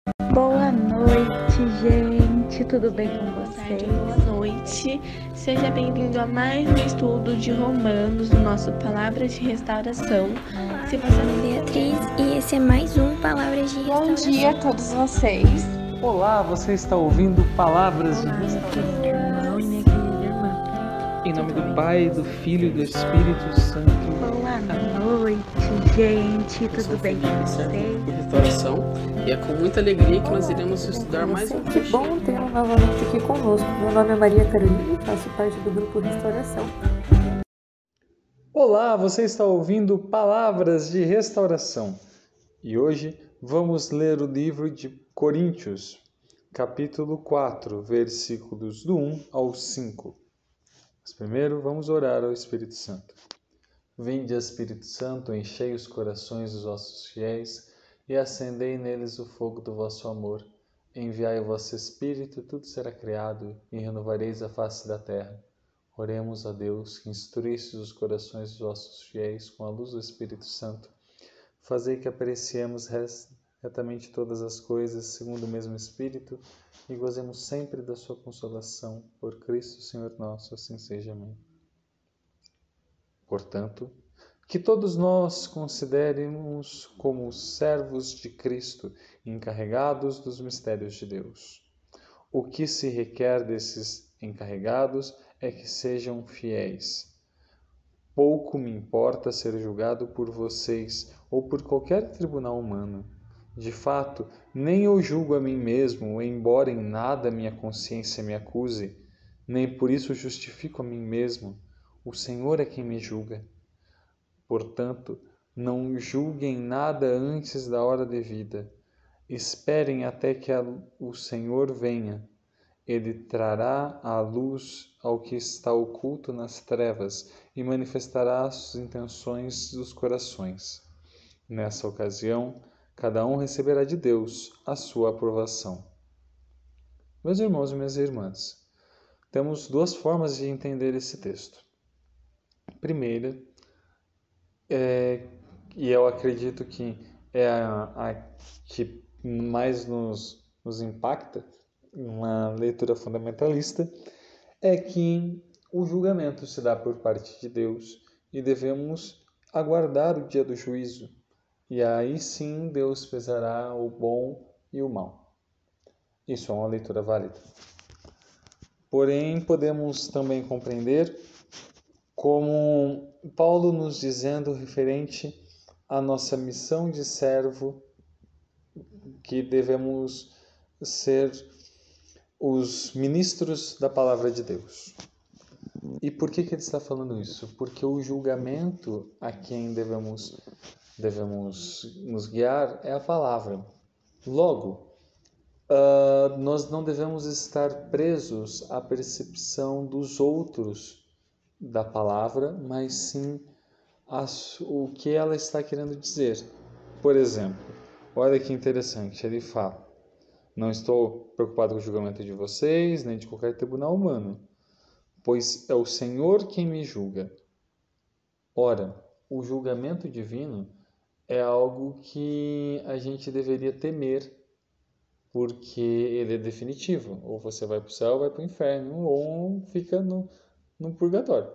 Boa noite, gente. Tudo bem com Boa tarde, vocês? boa noite. Seja bem-vindo a mais um estudo de Romanos do nosso Palavras de Restauração. Se você Meu nome é Beatriz e esse é mais um Palavras de Bom Restauração. dia a todos vocês. Olá, você está ouvindo Palavras de Olá, minha Restauração. querida irmã e minha querida irmã. Em nome do Pai, do Filho e do Espírito Santo. Boa noite, gente. Tudo bem com vocês? De restauração, e é com muita alegria que nós iremos estudar mais um Que bom tê-lo novamente aqui conosco. Meu nome é Maria Carolina e faço parte do grupo Restauração. Olá, você está ouvindo Palavras de Restauração. E hoje vamos ler o livro de Coríntios, capítulo 4, versículos do 1 ao 5. Mas primeiro vamos orar ao Espírito Santo. Vinde, Espírito Santo, enchei os corações dos vossos fiéis e acendei neles o fogo do vosso amor. Enviai o vosso Espírito, tudo será criado, e renovareis a face da terra. Oremos a Deus, que instruísse os corações dos vossos fiéis com a luz do Espírito Santo. Fazei que apreciemos retamente todas as coisas, segundo o mesmo Espírito, e gozemos sempre da sua consolação. Por Cristo, Senhor nosso, assim seja. Amém. Portanto, que todos nós consideremos como servos de Cristo, encarregados dos mistérios de Deus. O que se requer desses encarregados é que sejam fiéis. Pouco me importa ser julgado por vocês ou por qualquer tribunal humano. De fato, nem eu julgo a mim mesmo, embora em nada minha consciência me acuse, nem por isso justifico a mim mesmo. O Senhor é quem me julga. Portanto, não julguem nada antes da hora devida. Esperem até que o Senhor venha. Ele trará à luz ao que está oculto nas trevas e manifestará as intenções dos corações. Nessa ocasião, cada um receberá de Deus a sua aprovação. Meus irmãos e minhas irmãs, temos duas formas de entender esse texto. Primeira, e eu acredito que é a que mais nos impacta na leitura fundamentalista, é que o julgamento se dá por parte de Deus e devemos aguardar o dia do juízo. E aí sim Deus pesará o bom e o mal. Isso é uma leitura válida. Porém, podemos também compreender como Paulo nos dizendo referente à nossa missão de servo, que devemos ser os ministros da palavra de Deus. E por que ele está falando isso? Porque o julgamento a quem devemos nos guiar é a palavra. Logo, nós não devemos estar presos à percepção dos outros da palavra, mas sim o que ela está querendo dizer. Por exemplo, olha que interessante, ele fala: não estou preocupado com o julgamento de vocês, nem de qualquer tribunal humano, pois é o Senhor quem me julga. Ora, o julgamento divino é algo que a gente deveria temer, porque ele é definitivo. Ou você vai para o céu ou vai para o inferno, ou fica no purgatório.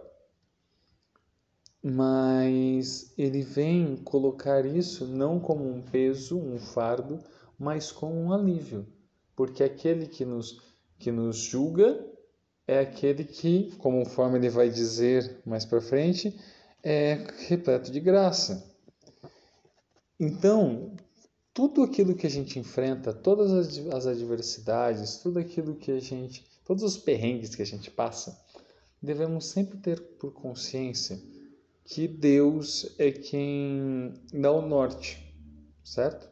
Mas ele vem colocar isso não como um peso, um fardo, mas como um alívio. Porque aquele que nos julga é aquele que, conforme ele vai dizer mais para frente, é repleto de graça. Então, tudo aquilo que a gente enfrenta, todas as adversidades, todos os perrengues que a gente passa, devemos sempre ter por consciência que Deus é quem dá o norte, certo?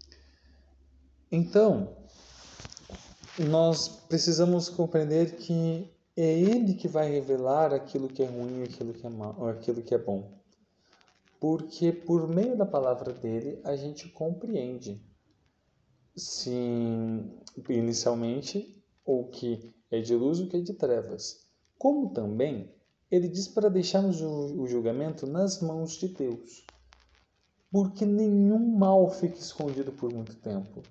Então, nós precisamos compreender que é Ele que vai revelar aquilo que é ruim, aquilo que é mal, aquilo que é bom. Porque por meio da palavra dele a gente compreende se inicialmente o que é de luz e o que é de trevas. Como também ele diz para deixarmos o julgamento nas mãos de Deus. Porque nenhum mal fica escondido por muito tempo.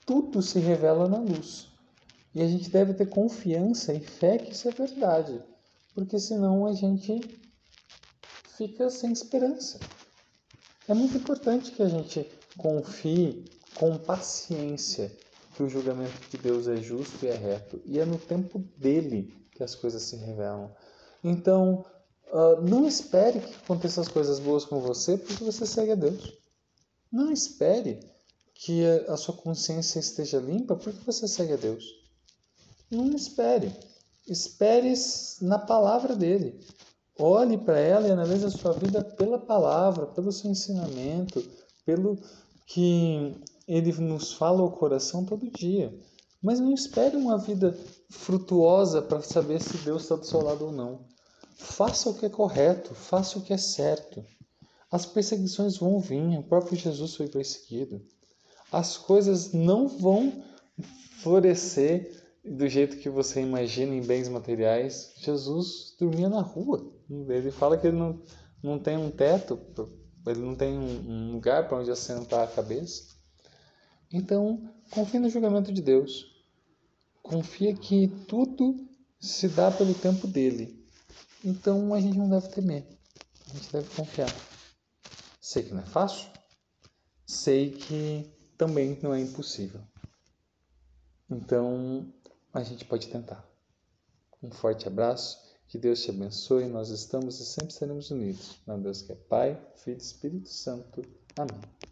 tudo se revela na luz. E a gente deve ter confiança e fé que isso é verdade, porque senão a gente fica sem esperança. É muito importante que a gente confie com paciência que o julgamento de Deus é justo e é reto, e é no tempo dele que as coisas se revelam. Então, não espere que aconteçam as coisas boas com você porque você segue a Deus. Não espere que a sua consciência esteja limpa porque você segue a Deus. Não espere. Espere na palavra dele. Olhe para ela e analise a sua vida pela palavra, pelo seu ensinamento, pelo que ele nos fala ao coração todo dia. Mas não espere uma vida frutuosa para saber se Deus está do seu lado ou não. Faça o que é correto, faça o que é certo. As perseguições vão vir, o próprio Jesus foi perseguido. As coisas não vão florescer do jeito que você imagina em bens materiais. Jesus dormia na rua. Ele fala que ele não tem um teto, ele não tem um lugar para onde assentar a cabeça. Então, confie no julgamento de Deus. Confia que tudo se dá pelo tempo dele. Então, a gente não deve temer. A gente deve confiar. Sei que não é fácil. Sei que também não é impossível. Então, a gente pode tentar. Um forte abraço, que Deus te abençoe. Nós estamos e sempre seremos unidos. Na Deus que é Pai, Filho e Espírito Santo. Amém.